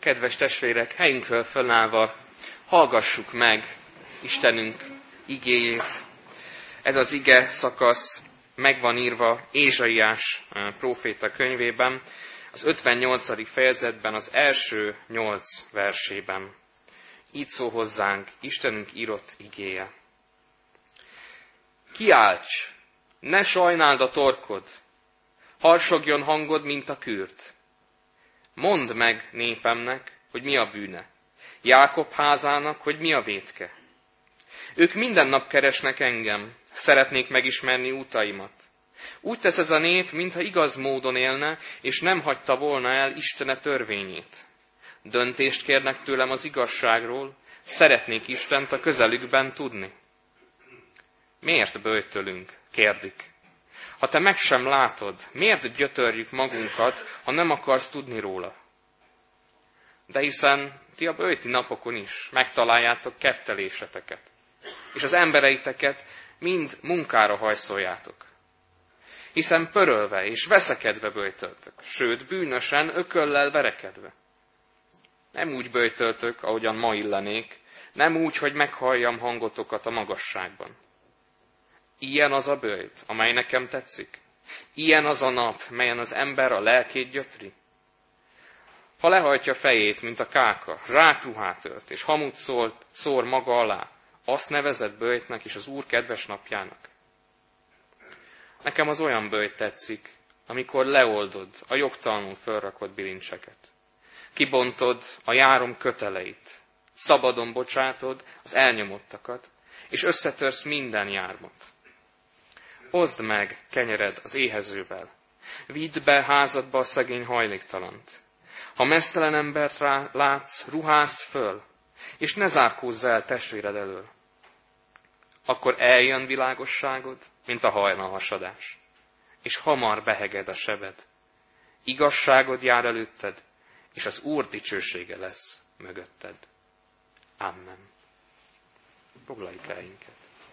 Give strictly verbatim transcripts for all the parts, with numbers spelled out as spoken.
Kedves testvérek, helyünkről fölállva hallgassuk meg Istenünk igéjét. Ez az ige szakasz meg van írva Ézsaiás próféta könyvében, az ötvennyolcadik fejezetben, az első nyolc versében. Így szól hozzánk Istenünk írott igéje. Kiálts, ne sajnáld a torkod, harsogjon hangod, mint a kürt. Mondd meg népemnek, hogy mi a bűne, Jákob házának, hogy mi a vétke. Ők minden nap keresnek engem, szeretnék megismerni útaimat. Úgy tesz ez a nép, mintha igaz módon élne, és nem hagyta volna el Istene törvényét. Döntést kérnek tőlem az igazságról, szeretnék Istent a közelükben tudni. Miért böjtölünk? Kérdik. Ha te meg sem látod, miért gyötörjük magunkat, ha nem akarsz tudni róla? De hiszen ti a böjti napokon is megtaláljátok ketteléseteket, és az embereiteket mind munkára hajszoljátok. Hiszen pörölve és veszekedve böjtöltök, sőt bűnösen, ököllel verekedve. Nem úgy böjtöltök, ahogyan ma illenék, nem úgy, hogy meghalljam hangotokat a magasságban. Ilyen az a böjt, amely nekem tetszik. Ilyen az a nap, melyen az ember a lelkét gyötri. Ha lehajtja fejét, mint a káka, zsákruhát ölt, és hamut szól, szór maga alá, azt nevezett böjtnek és az Úr kedves napjának. Nekem az olyan böjt tetszik, amikor leoldod a jogtalanul fölrakott bilincseket. Kibontod a járom köteleit, szabadon bocsátod az elnyomottakat, és összetörsz minden jármot. Oszd meg kenyered az éhezővel, vidd be házadba a szegény hajléktalant. Ha meztelen embert rá látsz, ruházd föl, és ne zárkózz el testvéred elől. Akkor eljön világosságod, mint a hajnalhasadás, és hamar beheged a sebed. Igazságod jár előtted, és az Úr dicsősége lesz mögötted. Amen. Foglaljuk helyünket.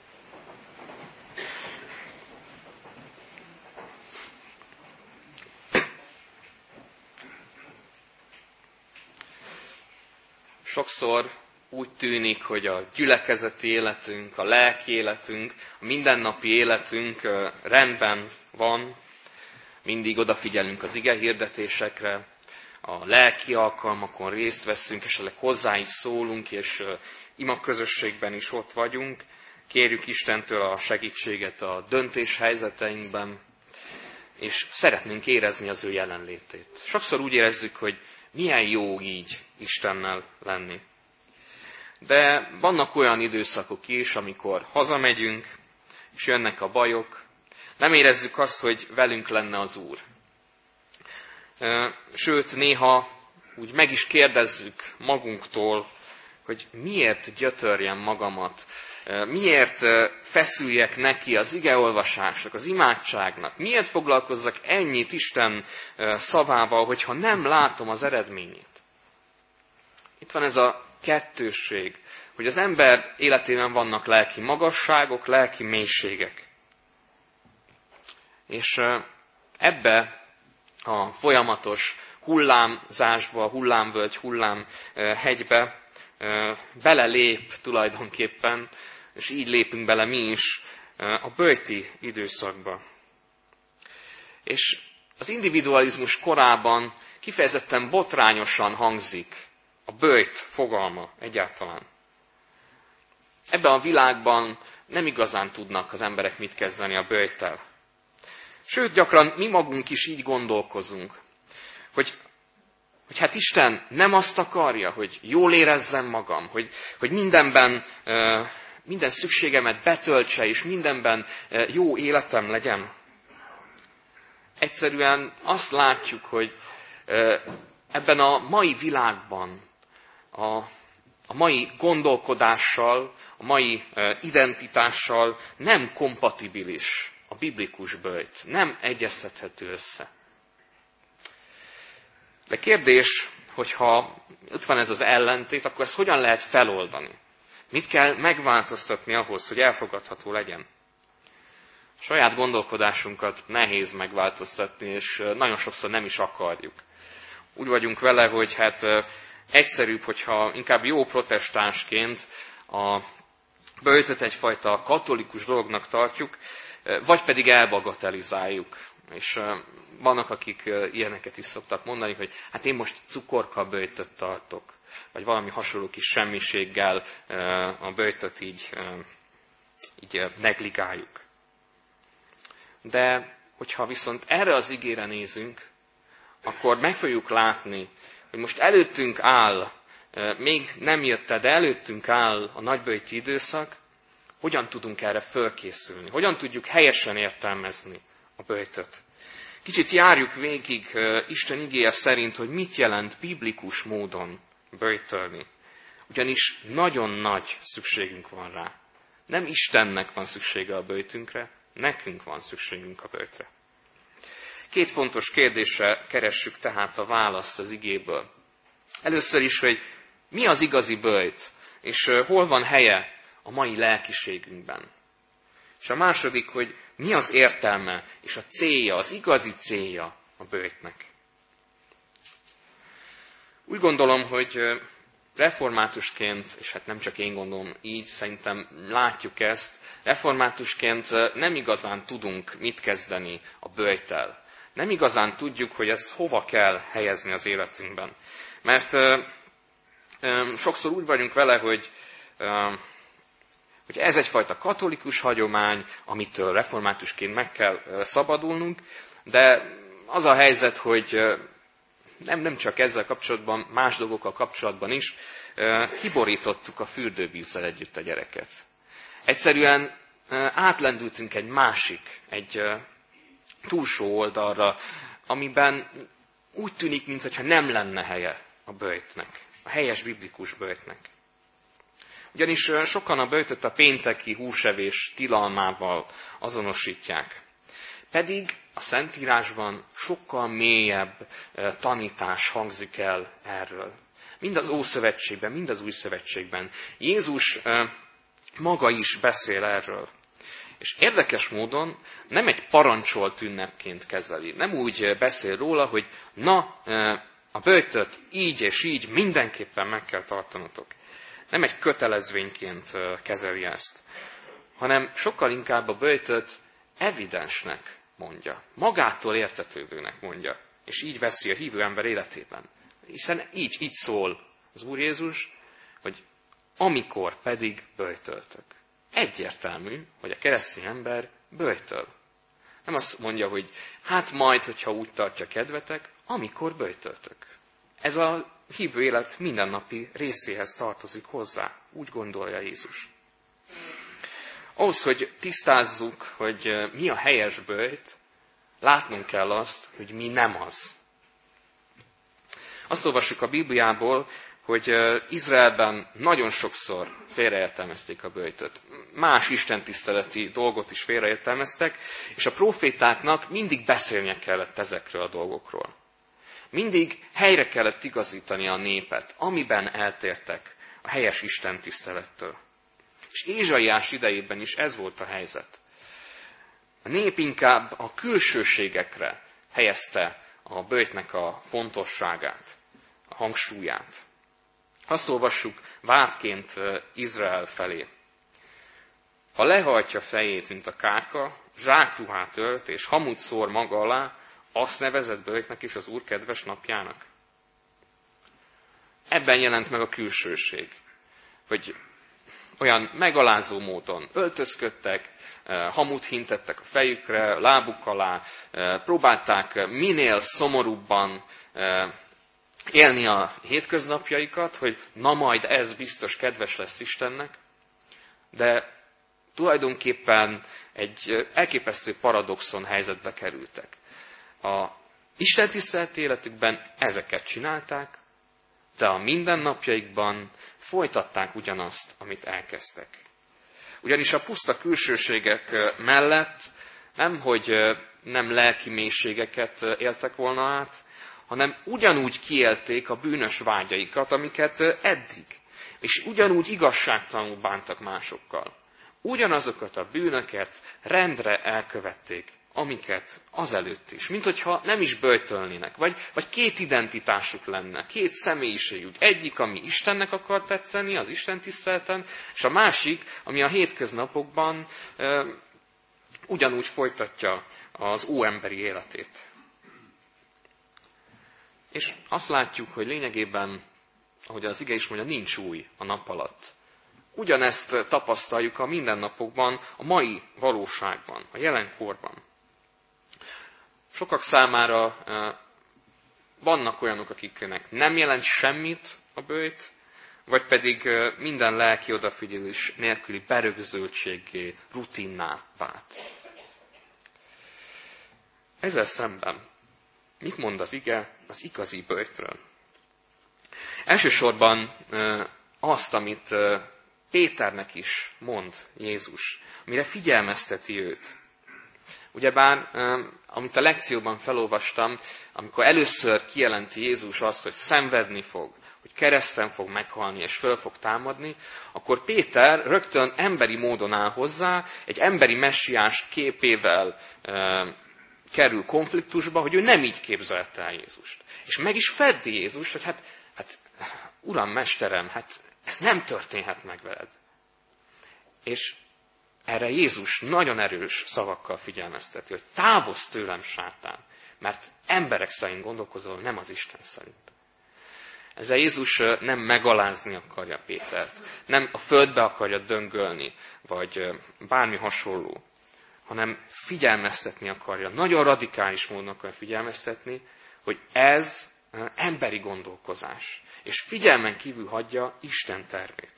Sokszor úgy tűnik, hogy a gyülekezeti életünk, a lelki életünk, a mindennapi életünk rendben van, mindig odafigyelünk az igehirdetésekre, a lelki alkalmakon részt veszünk, esetleg hozzá is szólunk, és imaközösségben is ott vagyunk. Kérjük Istentől a segítséget a döntéshelyzeteinkben, és szeretnénk érezni az ő jelenlétét. Sokszor úgy érezzük, hogy milyen jó így Istennel lenni. De vannak olyan időszakok is, amikor hazamegyünk, és jönnek a bajok, nem érezzük azt, hogy velünk lenne az Úr. Sőt, néha úgy meg is kérdezzük magunktól, hogy miért gyötörjem magamat, miért feszüljek neki az igeolvasásnak, az imádságnak, miért foglalkozzak ennyit Isten szavával, hogyha nem látom az eredményét. Itt van ez a kettősség, hogy az ember életében vannak lelki magasságok, lelki mélységek. És ebbe a folyamatos hullámzásba, hullámvölgy, hullámhegybe belelép tulajdonképpen, és így lépünk bele mi is a böjti időszakba. És az individualizmus korában kifejezetten botrányosan hangzik a böjt fogalma egyáltalán. Ebben a világban nem igazán tudnak az emberek mit kezdeni a böjttel. Sőt, gyakran mi magunk is így gondolkozunk, hogy, hogy hát Isten nem azt akarja, hogy jól érezzem magam, hogy, hogy mindenben, minden szükségemet betöltse, és mindenben jó életem legyen. Egyszerűen azt látjuk, hogy ebben a mai világban, a, a mai gondolkodással, a mai identitással nem kompatibilis a biblikus böjt, nem egyeztethető össze. De kérdés, hogyha ott van ez az ellentét, akkor ezt hogyan lehet feloldani? Mit kell megváltoztatni ahhoz, hogy elfogadható legyen? A saját gondolkodásunkat nehéz megváltoztatni, és nagyon sokszor nem is akarjuk. Úgy vagyunk vele, hogy hát egyszerűbb, hogyha inkább jó protestánsként a böjtöt egyfajta katolikus dolognak tartjuk, vagy pedig elbagatelizáljuk. És vannak, akik ilyeneket is szoktak mondani, hogy hát én most cukorka böjtöt tartok, vagy valami hasonló kis semmiséggel a böjtöt így, így negligáljuk. De hogyha viszont erre az igére nézünk, akkor meg fogjuk látni, hogy most előttünk áll, még nem jött el, de előttünk áll a nagyböjti időszak, hogyan tudunk erre fölkészülni, hogyan tudjuk helyesen értelmezni a böjtöt. Kicsit járjuk végig Isten igéje szerint, hogy mit jelent biblikus módon böjtölni. Ugyanis nagyon nagy szükségünk van rá. Nem Istennek van szüksége a böjtünkre, nekünk van szükségünk a böjtre. Két fontos kérdésre keressük tehát a választ az igéből. Először is, hogy mi az igazi böjt, és hol van helye a mai lelkiségünkben. És a második, hogy mi az értelme és a célja, az igazi célja a böjtnek. Úgy gondolom, hogy reformátusként, és hát nem csak én gondolom így, szerintem látjuk ezt, reformátusként nem igazán tudunk mit kezdeni a böjttel. Nem igazán tudjuk, hogy ezt hova kell helyezni az életünkben. Mert ö, ö, sokszor úgy vagyunk vele, hogy, ö, hogy ez egyfajta katolikus hagyomány, amitől reformátusként meg kell ö, szabadulnunk, de az a helyzet, hogy ö, nem, nem csak ezzel kapcsolatban, más dolgokkal kapcsolatban is ö, kiborítottuk a fürdővízzel együtt a gyereket. Egyszerűen ö, átlendültünk egy másik, egy ö, túlsó oldalra, amiben úgy tűnik, mintha nem lenne helye a böjtnek, a helyes biblikus böjtnek. Ugyanis sokan a böjtöt a pénteki húsevés tilalmával azonosítják. Pedig a Szentírásban sokkal mélyebb tanítás hangzik el erről. Mind az Ószövetségben, mind az Új Szövetségben. Jézus maga is beszél erről. És érdekes módon nem egy parancsolt ünnepként kezeli. Nem úgy beszél róla, hogy na, a böjtöt így és így mindenképpen meg kell tartanotok. Nem egy kötelezvényként kezeli ezt, hanem sokkal inkább a böjtöt evidensnek mondja. Magától értetődőnek mondja. És így veszi a hívő ember életében. Hiszen így, így szól az Úr Jézus, hogy amikor pedig böjtöltök. Egyértelmű, hogy a keresztény ember böjtöl. Nem azt mondja, hogy hát majd, hogyha úgy tartja kedvetek, amikor böjtöltök. Ez a hívő élet mindennapi részéhez tartozik hozzá, úgy gondolja Jézus. Ahhoz, hogy tisztázzuk, hogy mi a helyes böjt, látnunk kell azt, hogy mi nem az. Azt olvassuk a Bibliából, hogy Izraelben nagyon sokszor félreértelmezték a böjtöt. Más istentiszteleti dolgot is félreértelmeztek, és a profétáknak mindig beszélnie kellett ezekről a dolgokról. Mindig helyre kellett igazítani a népet, amiben eltértek a helyes istentisztelettől. És Ézsaiás idejében is ez volt a helyzet. A nép inkább a külsőségekre helyezte a böjtnek a fontosságát, a hangsúlyát. Azt olvassuk vádként Izrael felé. Ha lehajtja fejét, mint a káka, zsákruhát ölt, és hamut szór maga alá, azt nevezett böjtnek is az Úr kedves napjának. Ebben jelent meg a külsőség, hogy olyan megalázó módon öltözködtek, hamut hintettek a fejükre, a lábuk alá, próbálták minél szomorúbban élni a hétköznapjaikat, hogy na majd ez biztos kedves lesz Istennek, de tulajdonképpen egy elképesztő paradoxon helyzetbe kerültek. A istentiszteleti életükben ezeket csinálták, de a mindennapjaikban folytatták ugyanazt, amit elkezdtek. Ugyanis a puszta külsőségek mellett nemhogy nem lelki mélységeket éltek volna át, hanem ugyanúgy kiélték a bűnös vágyaikat, amiket eddig, és ugyanúgy igazságtalanul bántak másokkal. Ugyanazokat a bűnöket rendre elkövették amiket azelőtt is. Mint hogyha nem is böjtölnének, vagy, vagy két identitásuk lenne, két személyiségük. Egyik, ami Istennek akar tetszeni, az Isten tiszteleten, és a másik, ami a hétköznapokban e, ugyanúgy folytatja az óemberi életét. És azt látjuk, hogy lényegében, ahogy az ige is mondja, nincs új a nap alatt. Ugyanezt tapasztaljuk a mindennapokban, a mai valóságban, a jelenkorban. Sokak számára vannak olyanok, akiknek nem jelent semmit a böjt, vagy pedig minden lelki odafigyelés nélküli berögzöltséggé, rutinná vált. Ezzel szemben mit mond az ige az igazi böjtről? Elsősorban azt, amit Péternek is mond Jézus, amire figyelmezteti őt. Ugyebár, amit a lekcióban felolvastam, amikor először kijelenti Jézus azt, hogy szenvedni fog, hogy kereszten fog meghalni és föl fog támadni, akkor Péter rögtön emberi módon áll hozzá, egy emberi messiás képével e, kerül konfliktusba, hogy ő nem így képzelte el Jézust. És meg is feddi Jézust, hogy hát, hát Uram, Mesterem, hát ez nem történhet meg veled. És erre Jézus nagyon erős szavakkal figyelmezteti, hogy távozz tőlem, sátán, mert emberek szerint gondolkozol, nem az Isten szerint. Ezzel Jézus nem megalázni akarja Pétert, nem a földbe akarja döngölni, vagy bármi hasonló, hanem figyelmeztetni akarja, nagyon radikális módon akarja figyelmeztetni, hogy ez emberi gondolkozás, és figyelmen kívül hagyja Isten tervét.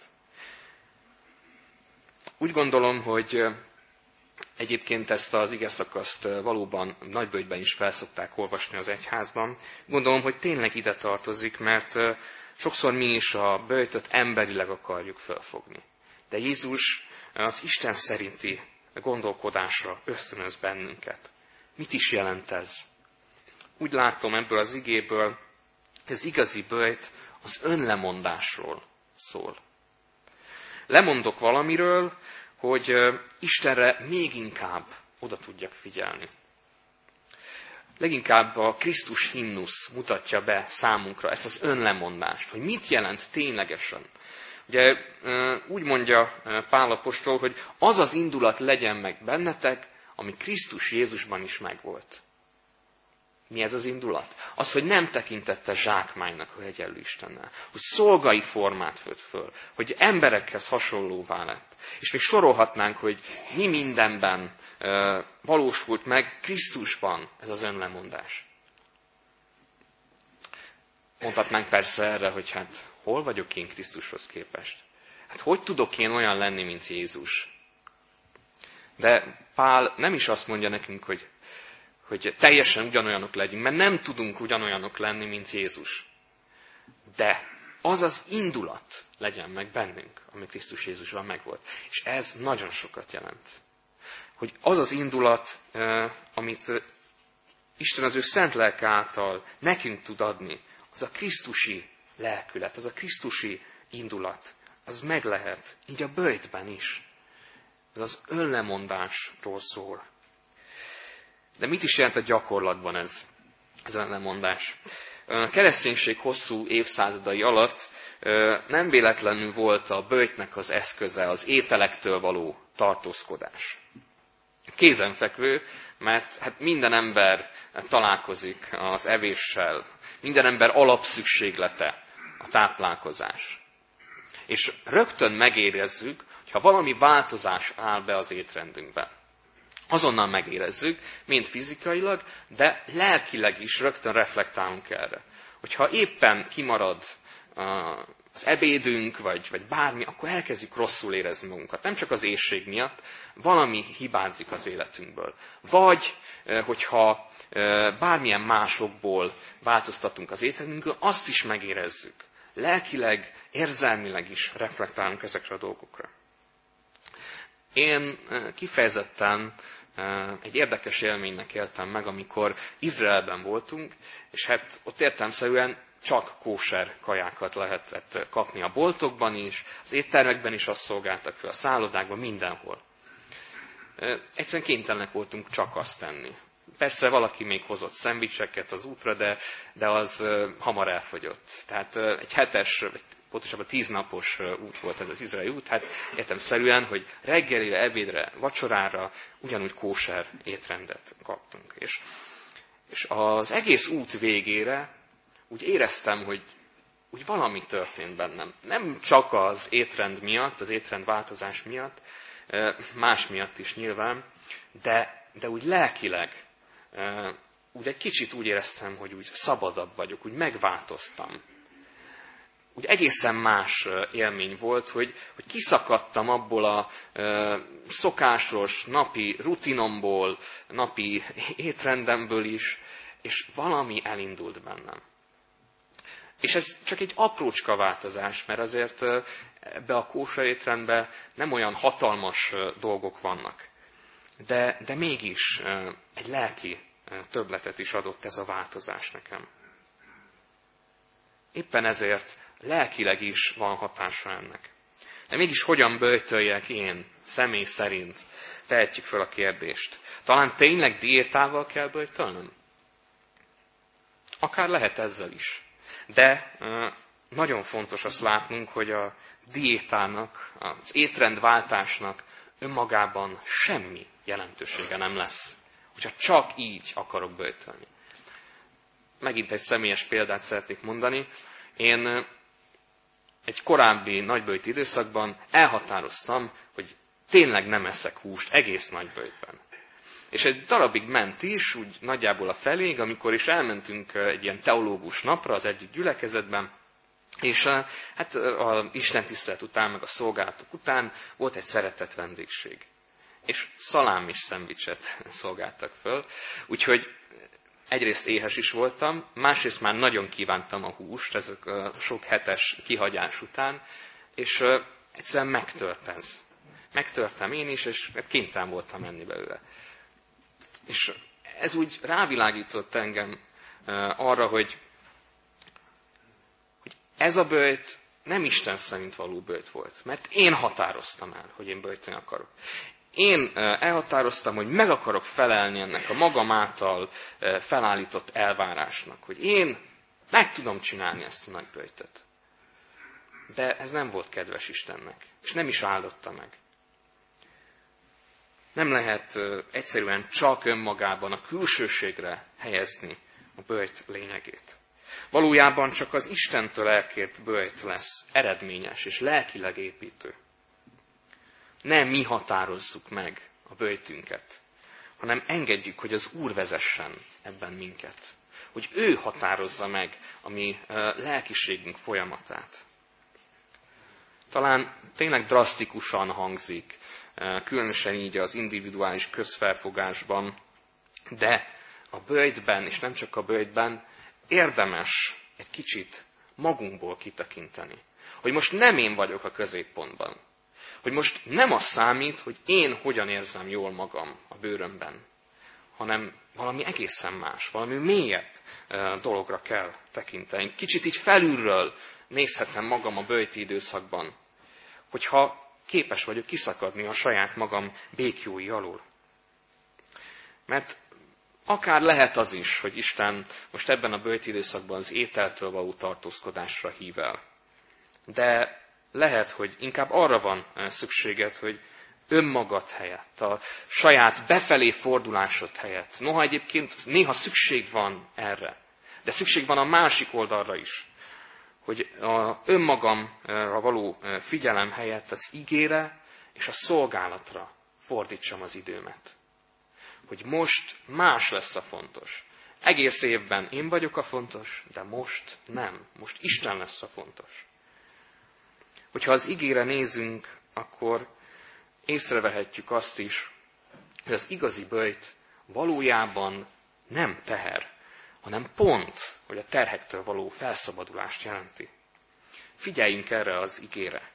Úgy gondolom, hogy egyébként ezt az igeszakaszt valóban Nagyböjtben is felszokták olvasni az egyházban. Gondolom, hogy tényleg ide tartozik, mert sokszor mi is a böjtöt emberileg akarjuk felfogni. De Jézus az Isten szerinti gondolkodásra ösztönöz bennünket. Mit is jelent ez? Úgy látom ebből az igéből, hogy az igazi böjt az önlemondásról szól. Lemondok valamiről, hogy Istenre még inkább oda tudjak figyelni. Leginkább a Krisztus himnusz mutatja be számunkra ezt az önlemondást, hogy mit jelent ténylegesen. Ugye úgy mondja Pál apostol, hogy az az indulat legyen meg bennetek, ami Krisztus Jézusban is megvolt. Mi ez az indulat? Az, hogy nem tekintette zsákmánynak, hogy egyenlő Istennel. Hogy szolgai formát vett föl. Hogy emberekhez hasonlóvá lett. És még sorolhatnánk, hogy mi mindenben e, valósult meg Krisztusban ez az önlemondás. Mondhatnánk persze erre, hogy hát hol vagyok én Krisztushoz képest? Hát hogy tudok én olyan lenni, mint Jézus? De Pál nem is azt mondja nekünk, hogy hogy teljesen ugyanolyanok legyünk, mert nem tudunk ugyanolyanok lenni, mint Jézus. De az az indulat legyen meg bennünk, ami Krisztus Jézusban megvolt. És ez nagyon sokat jelent. Hogy az az indulat, amit Isten az ő szent lelke által nekünk tud adni, az a krisztusi lelkület, az a krisztusi indulat, az meg lehet, így a böjtben is. Ez az önlemondásról szól. De mit is jelent a gyakorlatban ez, ez a lemondás? A kereszténység hosszú évszázadai alatt nem véletlenül volt a böjtnek az eszköze az ételektől való tartózkodás. Kézenfekvő, mert hát minden ember találkozik az evéssel, minden ember alapszükséglete a táplálkozás. És rögtön megérezzük, hogyha valami változás áll be az étrendünkben. Azonnal megérezzük, mind fizikailag, de lelkileg is rögtön reflektálunk erre. Hogyha éppen kimarad az ebédünk, vagy, vagy bármi, akkor elkezdjük rosszul érezni magunkat. Nem csak az éhség miatt, valami hibázik az életünkből. Vagy, hogyha bármilyen másokból változtatunk az étrendünkön, azt is megérezzük. Lelkileg, érzelmileg is reflektálunk ezekre a dolgokra. Én kifejezetten egy érdekes élménynek éltem meg, amikor Izraelben voltunk, és hát ott értelemszerűen csak kóser kajákat lehetett kapni a boltokban is, az éttermekben is azt szolgáltak fel, a szállodákban, mindenhol. egyszerűen kénytelenek voltunk csak azt tenni. Persze valaki még hozott szendvicseket az útra, de, de az hamar elfogyott. Tehát egy hetes, vagy pontosabban tíznapos út volt ez az izraeli út, hát értelemszerűen, hogy reggelire, ebédre, vacsorára ugyanúgy kóser étrendet kaptunk. És, és az egész út végére úgy éreztem, hogy úgy valami történt bennem. Nem csak az étrend miatt, az étrend változás miatt, más miatt is nyilván, de, de úgy lelkileg, úgy egy kicsit úgy éreztem, hogy úgy szabadabb vagyok, úgy megváltoztam. Úgy egészen más élmény volt, hogy, hogy kiszakadtam abból a szokásos napi rutinomból, napi étrendemből is, és valami elindult bennem. És ez csak egy aprócska változás, mert azért ebbe a kóser étrendben nem olyan hatalmas dolgok vannak. De, de mégis egy lelki többletet is adott ez a változás nekem. Éppen ezért lelkileg is van hatása ennek. De mégis hogyan böjtöljek én, személy szerint? Tehetjük fel a kérdést. Talán tényleg diétával kell böjtölnöm? Akár lehet ezzel is. De nagyon fontos azt látnunk, hogy a diétának, az étrendváltásnak önmagában semmi jelentősége nem lesz, hogyha csak így akarok böjtölni. Megint egy személyes példát szeretnék mondani. Én egy korábbi nagyböjt időszakban elhatároztam, hogy tényleg nem eszek húst egész nagyböjtben. És egy darabig ment is, úgy nagyjából a feléig, amikor is elmentünk egy ilyen teológus napra az egyik gyülekezetben, és hát az istentisztelet után, meg a szolgálatok után volt egy szeretett vendégség. És szalámis szendvicset szolgáltak föl, úgyhogy egyrészt éhes is voltam, másrészt már nagyon kívántam a húst, ezek a sok hetes kihagyás után, és egyszerűen megtört ez. Megtörtem én is, és kénytelen voltam menni belőle. És ez úgy rávilágított engem arra, hogy, hogy ez a böjt nem Isten szerint való böjt volt, mert én határoztam el, hogy én böjteni akarok. Én elhatároztam, hogy meg akarok felelni ennek a magam által felállított elvárásnak, hogy én meg tudom csinálni ezt a nagy böjtöt. De ez nem volt kedves Istennek, és nem is áldotta meg. Nem lehet egyszerűen csak önmagában a külsőségre helyezni a böjt lényegét. Valójában csak az Istentől elkért böjt lesz eredményes és lelkileg építő. Nem mi határozzuk meg a böjtünket, hanem engedjük, hogy az Úr vezessen ebben minket. Hogy ő határozza meg a mi lelkiségünk folyamatát. Talán tényleg drasztikusan hangzik, különösen így az individuális közfelfogásban, de a böjtben, és nem csak a böjtben, érdemes egy kicsit magunkból kitekinteni. Hogy most nem én vagyok a középpontban. Hogy most nem az számít, hogy én hogyan érzem jól magam a bőrömben, hanem valami egészen más, valami mélyebb dologra kell tekinteni. Kicsit így felülről nézhetem magam a böjti időszakban, hogyha képes vagyok kiszakadni a saját magam békjói alól. Mert akár lehet az is, hogy Isten most ebben a böjti időszakban az ételtől való tartózkodásra hív el. De lehet, hogy inkább arra van szükséged, hogy önmagad helyett, a saját befelé fordulásod helyett. Noha egyébként néha szükség van erre, de szükség van a másik oldalra is, hogy a önmagamra való figyelem helyett az igére és a szolgálatra fordítsam az időmet. Hogy most más lesz a fontos. Egész évben én vagyok a fontos, de most nem. Most Isten lesz a fontos. Hogyha az igére nézünk, akkor észrevehetjük azt is, hogy az igazi böjt valójában nem teher, hanem pont, hogy a terhektől való felszabadulást jelenti. Figyeljünk erre az igére.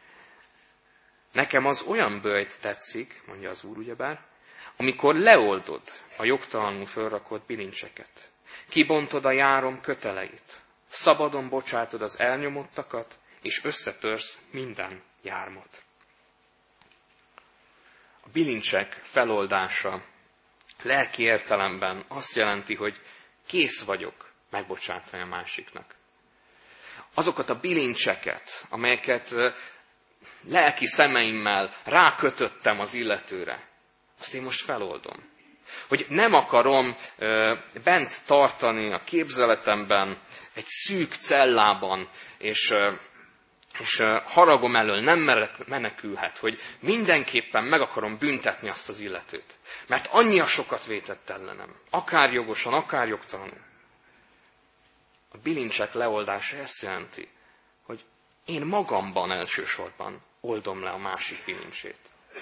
Nekem az olyan böjt tetszik, mondja az Úr ugyebár, amikor leoldod a jogtalanul fölrakott bilincseket, kibontod a járom köteleit, szabadon bocsátod az elnyomottakat, és összetörsz minden jármot. A bilincsek feloldása lelki értelemben azt jelenti, hogy kész vagyok megbocsátani a másiknak. Azokat a bilincseket, amelyeket lelki szemeimmel rákötöttem az illetőre, azt én most feloldom. Hogy nem akarom ö, bent tartani a képzeletemben, egy szűk cellában, és, ö, és ö, haragom elől nem menekülhet, hogy mindenképpen meg akarom büntetni azt az illetőt. Mert annyira sokat vétett ellenem, akár jogosan, akár jogtalanul. A bilincsek leoldása ezt jelenti, hogy én magamban elsősorban oldom le a másik bilincsét.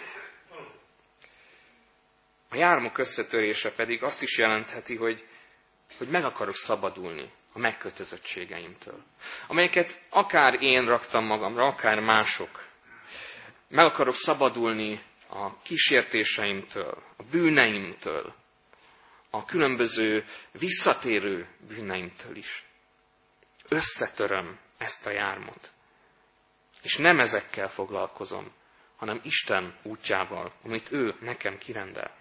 A jármok összetörése pedig azt is jelentheti, hogy, hogy meg akarok szabadulni a megkötözöttségeimtől, amelyeket akár én raktam magamra, akár mások. Meg akarok szabadulni a kísértéseimtől, a bűneimtől, a különböző visszatérő bűneimtől is. Összetöröm ezt a jármot. És nem ezekkel foglalkozom, hanem Isten útjával, amit ő nekem kirendel.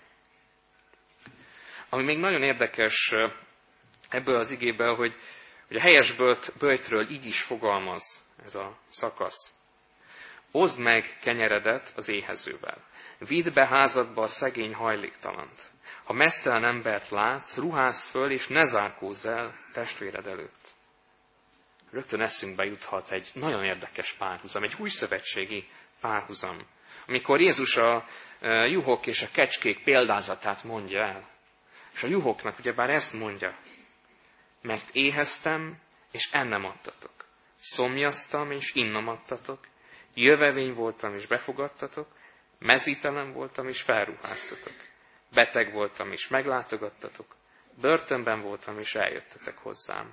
Ami még nagyon érdekes ebből az igéből, hogy, hogy a helyes böjt, böjtről így is fogalmaz ez a szakasz. Oszd meg kenyeredet az éhezővel. Vidd be házadba a szegény hajléktalant. Ha meztelen embert látsz, ruházd föl, és ne zárkózz el testvéred előtt. Rögtön eszünkbe juthat egy nagyon érdekes párhuzam, egy újszövetségi párhuzam, amikor Jézus a juhok és a kecskék példázatát mondja el. És a juhoknak ugyebár ezt mondja, mert éheztem, és ennem adtatok. Szomjaztam, és innom adtatok. Jövevény voltam, és befogadtatok. Mezítelen voltam, és felruháztatok. Beteg voltam, és meglátogattatok. Börtönben voltam, és eljöttetek hozzám.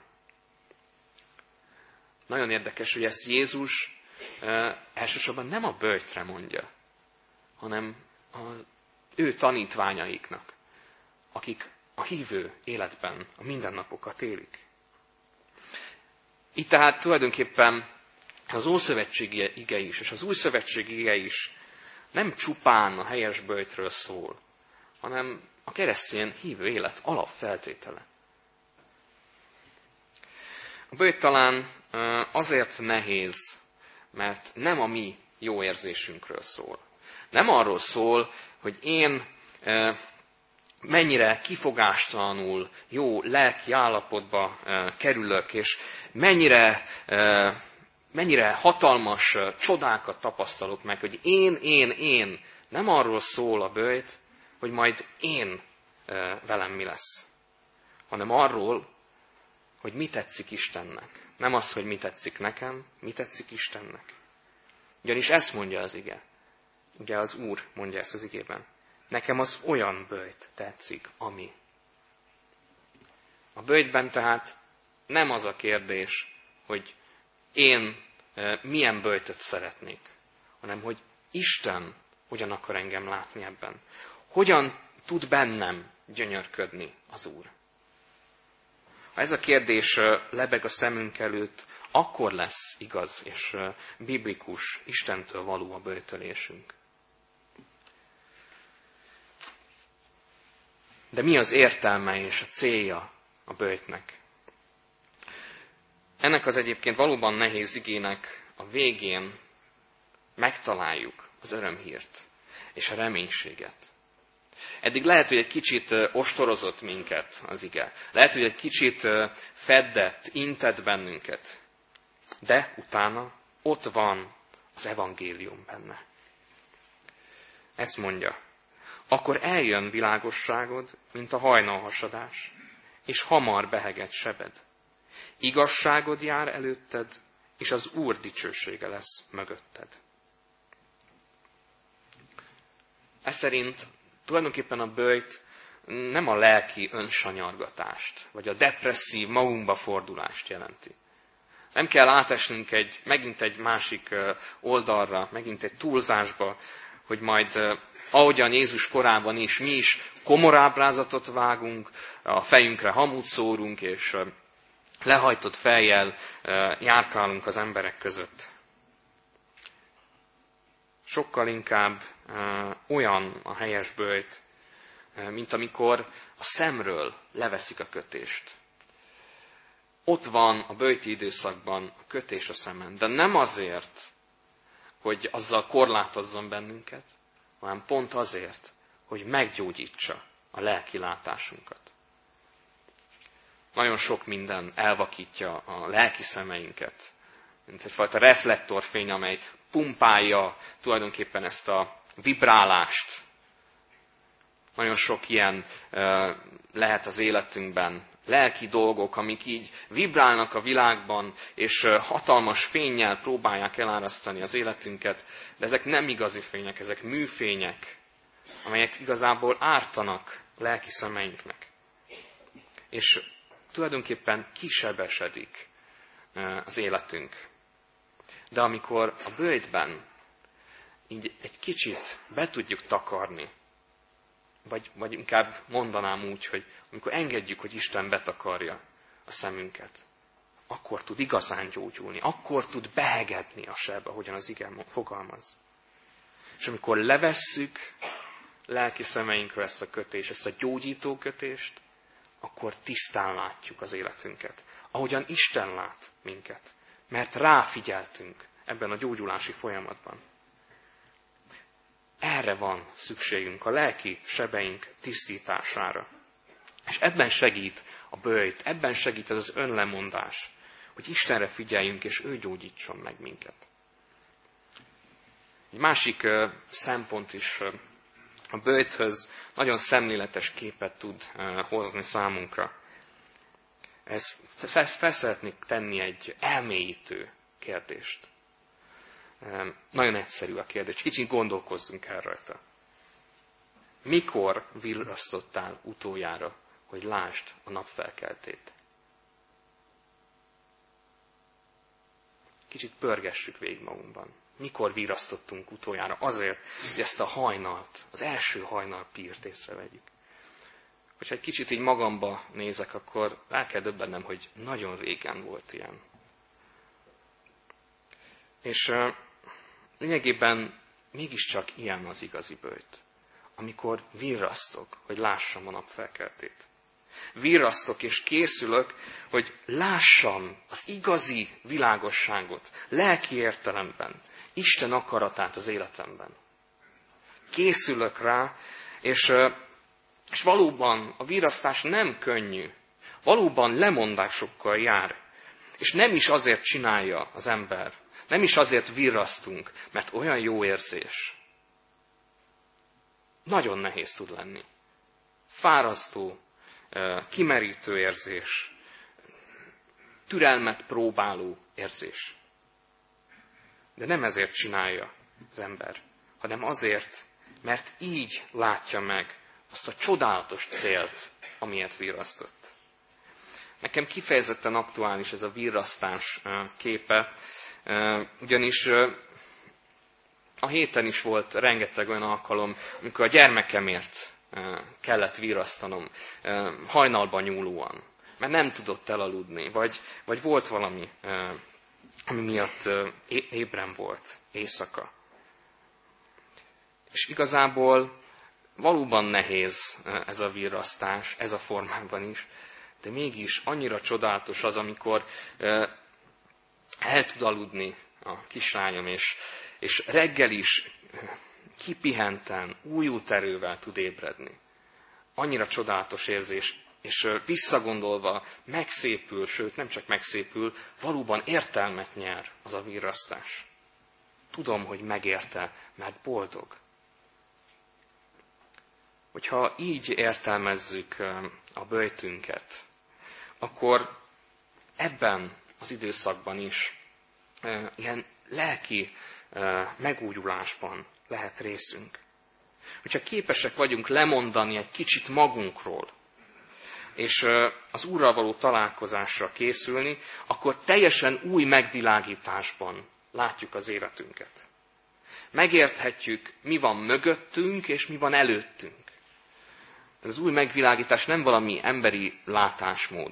Nagyon érdekes, hogy ezt Jézus eh, elsősorban nem a böjtre mondja, hanem az ő tanítványaiknak, akik a hívő életben a mindennapokat élik. Itt tehát tulajdonképpen az Ószövetségi ige is, és az Újszövetségi ige is nem csupán a helyes böjtről szól, hanem a keresztény hívő élet alapfeltétele. A böjt talán azért nehéz, mert nem a mi jó érzésünkről szól. Nem arról szól, hogy én mennyire kifogástalanul jó lelki állapotba kerülök, és mennyire, mennyire hatalmas csodákat tapasztalok meg, hogy én, én, én. Nem arról szól a böjt, hogy majd én velem mi lesz, hanem arról, hogy mi tetszik Istennek. Nem az, hogy mi tetszik nekem, mi tetszik Istennek. Ugyanis ezt mondja az ige. Ugye az Úr mondja ezt az igében. Nekem az olyan böjt tetszik, ami. A böjtben tehát nem az a kérdés, hogy én milyen böjtöt szeretnék, hanem hogy Isten hogyan akar engem látni ebben. Hogyan tud bennem gyönyörködni az Úr. Ha ez a kérdés lebeg a szemünk előtt, akkor lesz igaz és biblikus, Istentől való a böjtölésünk. De mi az értelme és a célja a böjtnek? Ennek az egyébként valóban nehéz igének a végén megtaláljuk az örömhírt és a reménységet. Eddig lehet, hogy egy kicsit ostorozott minket az ige. Lehet, hogy egy kicsit feddett, intett bennünket. De utána ott van az evangélium benne. Ezt mondja. Akkor eljön világosságod, mint a hajnalhasadás, és hamar behegett sebed. Igazságod jár előtted, és az Úr dicsősége lesz mögötted. Ez szerint tulajdonképpen a böjt nem a lelki önsanyargatást, vagy a depresszív magunkba fordulást jelenti. Nem kell átesnünk egy, megint egy másik oldalra, megint egy túlzásba, hogy majd ahogyan Jézus korában is, mi is komorábrázatot vágunk, a fejünkre hamut szórunk, és lehajtott fejjel járkálunk az emberek között. sokkal inkább olyan a helyes böjt, mint amikor a szemről leveszik a kötést. Ott van a böjti időszakban a kötés a szemen, de nem azért, hogy azzal korlátozzon bennünket, hanem pont azért, hogy meggyógyítsa a lelki látásunkat. Nagyon sok minden elvakítja a lelki szemeinket, mint egyfajta reflektorfény, amely pumpálja tulajdonképpen ezt a vibrálást. Nagyon sok ilyen lehet az életünkben, lelki dolgok, amik így vibrálnak a világban, és hatalmas fénnyel próbálják elárasztani az életünket, de ezek nem igazi fények, ezek műfények, amelyek igazából ártanak a lelki szemeinknek. És tulajdonképpen kisebesedik az életünk. De amikor a böjtben így egy kicsit be tudjuk takarni, vagy, vagy inkább mondanám úgy, hogy amikor engedjük, hogy Isten betakarja a szemünket, akkor tud igazán gyógyulni, akkor tud behegedni a seb, ahogyan az ige fogalmaz. És amikor levesszük lelki szemeinkről ezt a kötést, ezt a gyógyító kötést, akkor tisztán látjuk az életünket, ahogyan Isten lát minket, mert ráfigyeltünk ebben a gyógyulási folyamatban. Erre van szükségünk, a lelki sebeink tisztítására. És ebben segít a böjt, ebben segít ez az önlemondás, hogy Istenre figyeljünk, és ő gyógyítson meg minket. Egy másik uh, szempont is uh, a böjthöz nagyon szemléletes képet tud uh, hozni számunkra. Ez, ezt fel szeretnék tenni egy elmélyítő kérdést. Um, nagyon egyszerű a kérdés, kicsit gondolkozzunk el rajta. Mikor virrasztottál utoljára, hogy lásd a napfelkeltét? Kicsit pörgessük végig magunkban. Mikor virrasztottunk utoljára azért, hogy ezt a hajnalt, az első hajnal pírt észrevegyük. Hogyha egy kicsit így magamba nézek, akkor rá kell döbbennem, hogy nagyon régen volt ilyen. És uh, lényegében mégiscsak ilyen az igazi böjt. Amikor virrasztok, hogy lássam a napfelkeltét. Virrasztok és készülök, hogy lássam az igazi világosságot, lelki értelemben, Isten akaratát az életemben. Készülök rá, és, és valóban a virrasztás nem könnyű. Valóban lemondásokkal jár. És nem is azért csinálja az ember, nem is azért virrasztunk, mert olyan jó érzés. Nagyon nehéz tud lenni. Fárasztó, kimerítő érzés, türelmet próbáló érzés. De nem ezért csinálja az ember, hanem azért, mert így látja meg azt a csodálatos célt, amiért virrasztott. Nekem kifejezetten aktuális ez a virrasztás képe, ugyanis a héten is volt rengeteg olyan alkalom, amikor a gyermekemért kellett virrasztanom hajnalban nyúlóan, mert nem tudott elaludni, vagy, vagy volt valami, ami miatt ébren volt éjszaka. És igazából valóban nehéz ez a virrasztás, ez a formában is, de mégis annyira csodálatos az, amikor el tud aludni a kislányom, és, és reggel is kipihenten, újult erővel tud ébredni. Annyira csodálatos érzés, és visszagondolva megszépül, sőt nem csak megszépül, valóban értelmet nyer az a virrasztás. Tudom, hogy megérte, mert boldog. Hogyha így értelmezzük a böjtünket, akkor ebben az időszakban is ilyen lelki megújulásban lehet részünk. Hogyha képesek vagyunk lemondani egy kicsit magunkról, és az Úrral való találkozásra készülni, akkor teljesen új megvilágításban látjuk az életünket. Megérthetjük, mi van mögöttünk, és mi van előttünk. Ez az új megvilágítás nem valami emberi látásmód.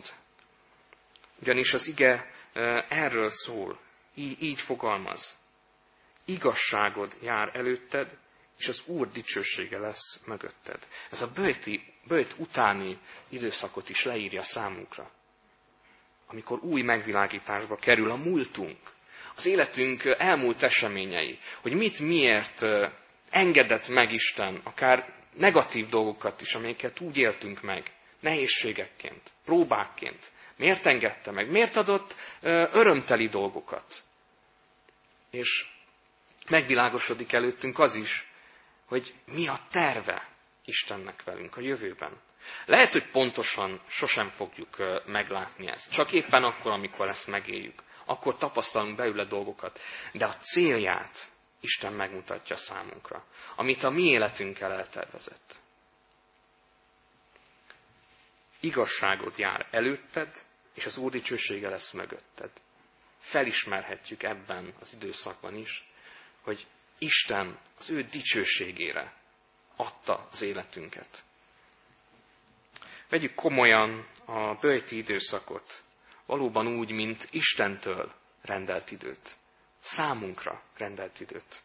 Ugyanis az ige erről szól, így, így fogalmaz. igazságod jár előtted, és az Úr dicsősége lesz mögötted. Ez a böjti, böjt utáni időszakot is leírja számunkra. Amikor új megvilágításba kerül a múltunk, az életünk elmúlt eseményei, hogy mit miért engedett meg Isten, akár negatív dolgokat is, amelyeket úgy éltünk meg, nehézségekként, próbákként. Miért engedte meg? Miért adott örömteli dolgokat? És megvilágosodik előttünk az is, hogy mi a terve Istennek velünk a jövőben. Lehet, hogy pontosan sosem fogjuk meglátni ezt. Csak éppen akkor, amikor ezt megéljük. Akkor tapasztalunk belőle dolgokat. De a célját Isten megmutatja számunkra, amit a mi életünkkel eltervezett. Igazságod jár előtted, és az Úr dicsősége lesz mögötted. Felismerhetjük ebben az időszakban is, hogy Isten az ő dicsőségére adta az életünket. Vegyük komolyan a böjti időszakot, valóban úgy, mint Istentől rendelt időt. Számunkra rendelt időt.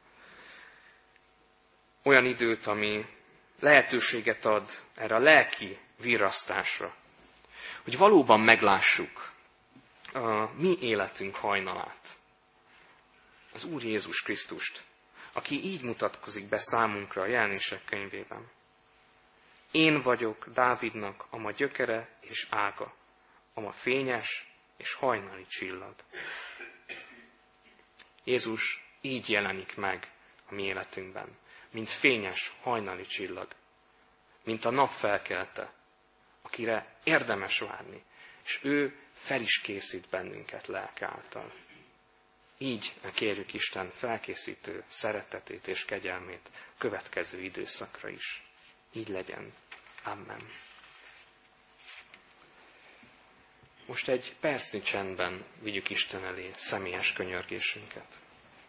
Olyan időt, ami lehetőséget ad erre a lelki virrasztásra. Hogy valóban meglássuk a mi életünk hajnalát. Az Úr Jézus Krisztust, aki így mutatkozik be számunkra a Jelenések könyvében. Én vagyok Dávidnak ama gyökere és ága, ama fényes és hajnali csillag. Jézus így jelenik meg a mi életünkben, mint fényes hajnali csillag, mint a nap felkelte, akire érdemes várni, és ő fel is készít bennünket lelke által. Így kérjük Isten felkészítő szeretetét és kegyelmét következő időszakra is. Így legyen. Amen. Most egy percnyi csendben vigyük Isten elé személyes könyörgésünket.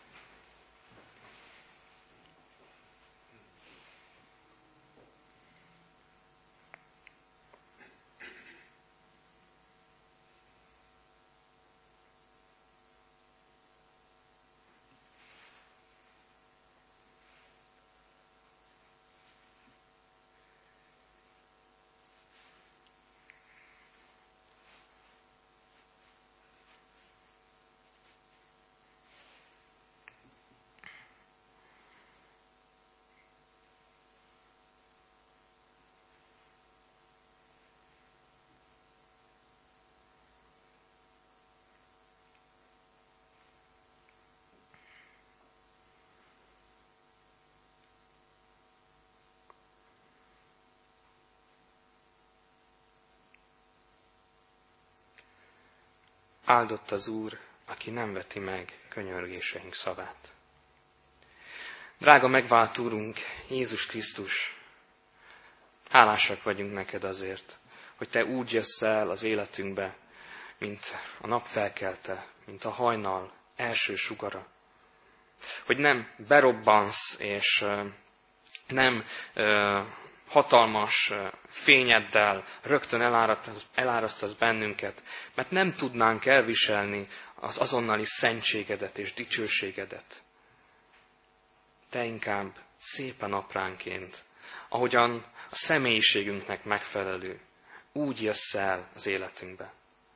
Áldott az Úr, aki nem veti meg könyörgéseink szavát. Drága megvált Úrunk, Jézus Krisztus, hálásak vagyunk neked azért, hogy te úgy jössz el az életünkbe, mint a nap felkelte, mint a hajnal első sugara. Hogy nem berobbansz, és nem hatalmas fényeddel rögtön elárasztasz, elárasztasz bennünket, mert nem tudnánk elviselni az azonnali szentségedet és dicsőségedet. Te inkább szépen apránként, ahogyan a személyiségünknek megfelelő, úgy jössz el az életünkbe.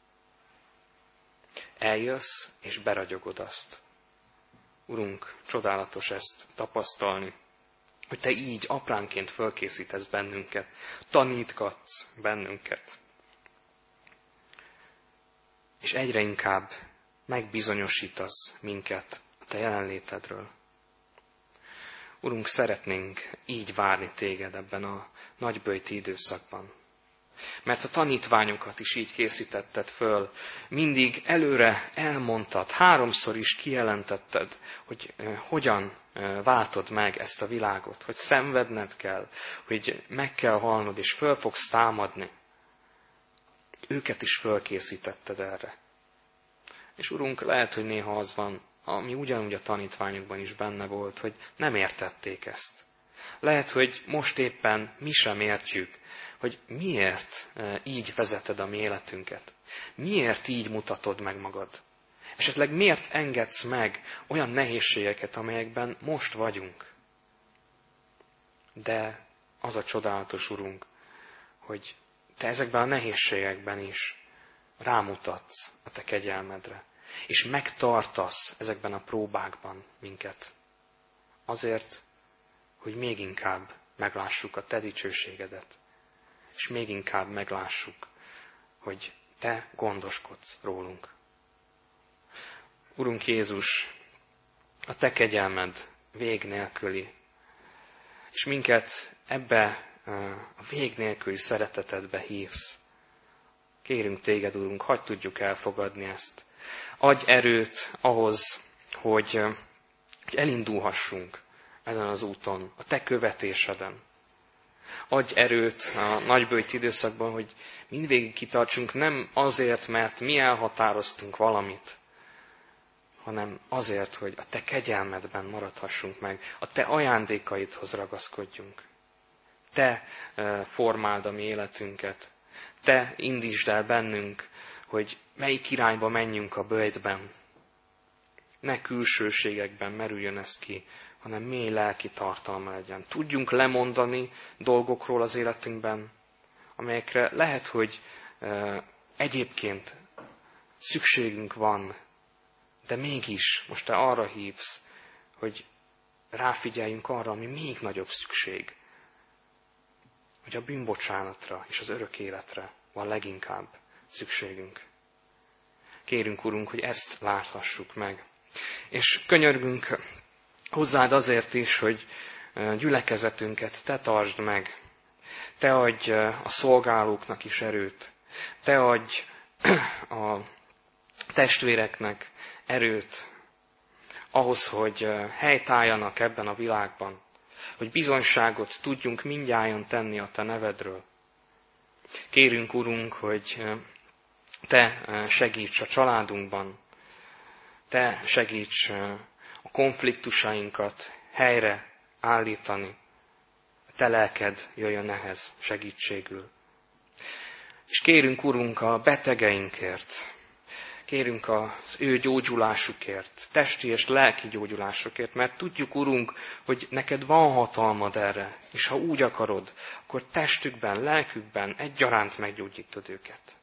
Eljössz és beragyogod azt. Urunk, csodálatos ezt tapasztalni, hogy te így apránként fölkészítesz bennünket, tanítgatsz bennünket. És egyre inkább megbizonyosítasz minket a te jelenlétedről. Urunk, szeretnénk így várni téged ebben a nagyböjti időszakban. Mert a tanítványokat is így készítetted föl, mindig előre elmondtad, háromszor is kijelentetted, hogy hogyan váltod meg ezt a világot, hogy szenvedned kell, hogy meg kell halnod, és föl fogsz támadni. Őket is fölkészítetted erre. És Urunk, lehet, hogy néha az van, ami ugyanúgy a tanítványokban is benne volt, hogy nem értették ezt. Lehet, hogy most éppen mi sem értjük, hogy miért így vezeted a mi életünket. Miért így mutatod meg magad. Esetleg miért engedsz meg olyan nehézségeket, amelyekben most vagyunk? De az a csodálatos, Urunk, hogy Te ezekben a nehézségekben is rámutatsz a Te kegyelmedre, és megtartasz ezekben a próbákban minket. Azért, hogy még inkább meglássuk a Te dicsőségedet, és még inkább meglássuk, hogy Te gondoskodsz rólunk. Urunk Jézus, a Te kegyelmed vég nélküli, és minket ebbe a vég nélküli szeretetedbe hívsz. Kérünk Téged, Urunk, hadd tudjuk elfogadni ezt. Adj erőt ahhoz, hogy elindulhassunk ezen az úton, a Te követéseden. Adj erőt a nagybőjt időszakban, hogy mindvégig kitartsunk, nem azért, mert mi elhatároztunk valamit, hanem azért, hogy a Te kegyelmedben maradhassunk meg, a Te ajándékaidhoz ragaszkodjunk. Te formáld a mi életünket, Te indítsd el bennünk, hogy melyik irányba menjünk a böjtben. Ne külsőségekben merüljön ez ki, hanem mély lelki tartalma legyen. Tudjunk lemondani dolgokról az életünkben, amelyekre lehet, hogy egyébként szükségünk van, de mégis most Te arra hívsz, hogy ráfigyeljünk arra, ami még nagyobb szükség. Hogy a bűnbocsánatra és az örök életre van leginkább szükségünk. Kérünk, Urunk, hogy ezt láthassuk meg. És könyörgünk hozzád azért is, hogy gyülekezetünket Te tartsd meg. Te adj a szolgálóknak is erőt. Te adj a testvéreknek erőt ahhoz, hogy helytálljanak ebben a világban, hogy bizonyságot tudjunk mindnyájan tenni a Te nevedről. Kérünk, Urunk, hogy Te segíts a családunkban, Te segíts a konfliktusainkat helyre állítani, a Te lelked jöjjön ehhez segítségül. És kérünk, Urunk, a betegeinkért, kérünk az ő gyógyulásukért, testi és lelki gyógyulásukért, mert tudjuk, Urunk, hogy neked van hatalmad erre, és ha úgy akarod, akkor testükben, lelkükben egyaránt meggyógyítod őket.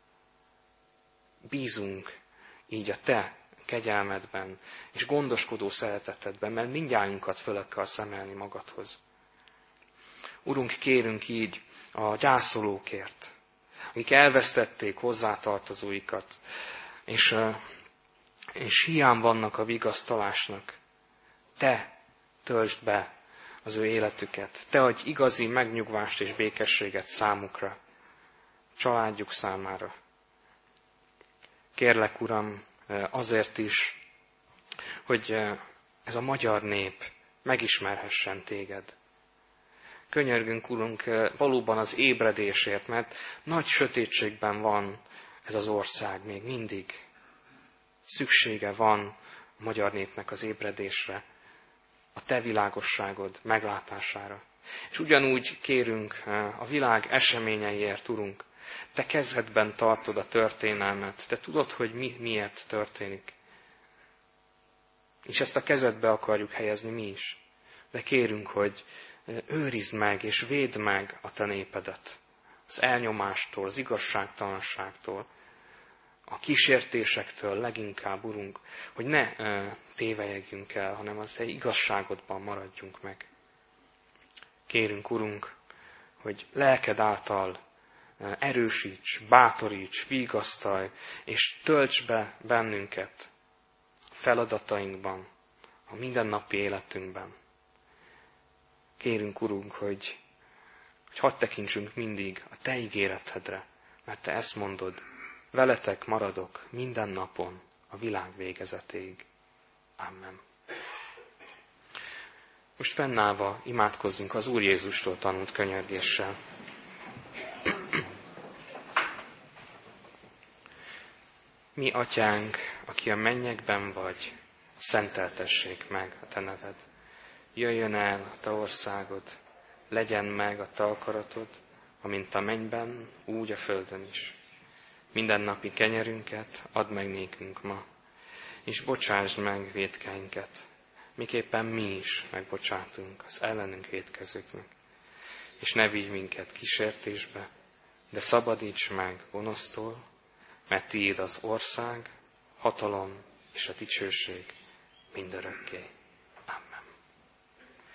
Bízunk így a Te kegyelmedben, és gondoskodó szeretetedben, mert mindnyájunkat föl akarsz emelni magadhoz. Urunk, kérünk így a gyászolókért, akik elvesztették hozzátartozóikat, és, és hiány vannak a vigasztalásnak. Te töltsd be az ő életüket. Te adj igazi megnyugvást és békességet számukra, családjuk számára. Kérlek, Uram, azért is, hogy ez a magyar nép megismerhessen Téged. Könyörgünk, Urunk, valóban az ébredésért, mert nagy sötétségben van ez az ország még mindig. Szüksége van a magyar népnek az ébredésre, a Te világosságod meglátására. És ugyanúgy kérünk a világ eseményeiért, Urunk. Te kezedben tartod a történelmet, Te tudod, hogy mi miért történik. És ezt a kezedbe akarjuk helyezni mi is. De kérünk, hogy őrizd meg és védd meg a Te népedet. Az elnyomástól, az igazságtalanságtól, a kísértésektől leginkább, Urunk, hogy ne tévejegjünk el, hanem az Te igazságodban maradjunk meg. Kérünk, Urunk, hogy lelked által erősíts, bátoríts, vigasztalj, és tölts be bennünket a feladatainkban, a mindennapi életünkben. Kérünk, Urunk, hogy, hogy hadd tekintsünk mindig a Te ígéretedre, mert Te ezt mondod, veletek maradok minden napon a világ végezetéig. Amen. Most fennállva imádkozzunk az Úr Jézustól tanult könyörgéssel. Mi, Atyánk, aki a mennyekben vagy, szenteltessék meg a Te neved. Jöjjön el a Te országod, legyen meg a Te akaratod, amint a mennyben, úgy a földön is. Mindennapi kenyerünket add meg nékünk ma, és bocsásd meg vétkeinket, miképpen mi is megbocsátunk az ellenünk vétkezőknek. És ne vigy minket kísértésbe, de szabadíts meg gonosztól, mert tiéd az ország, hatalom és a dicsőség mindörökké.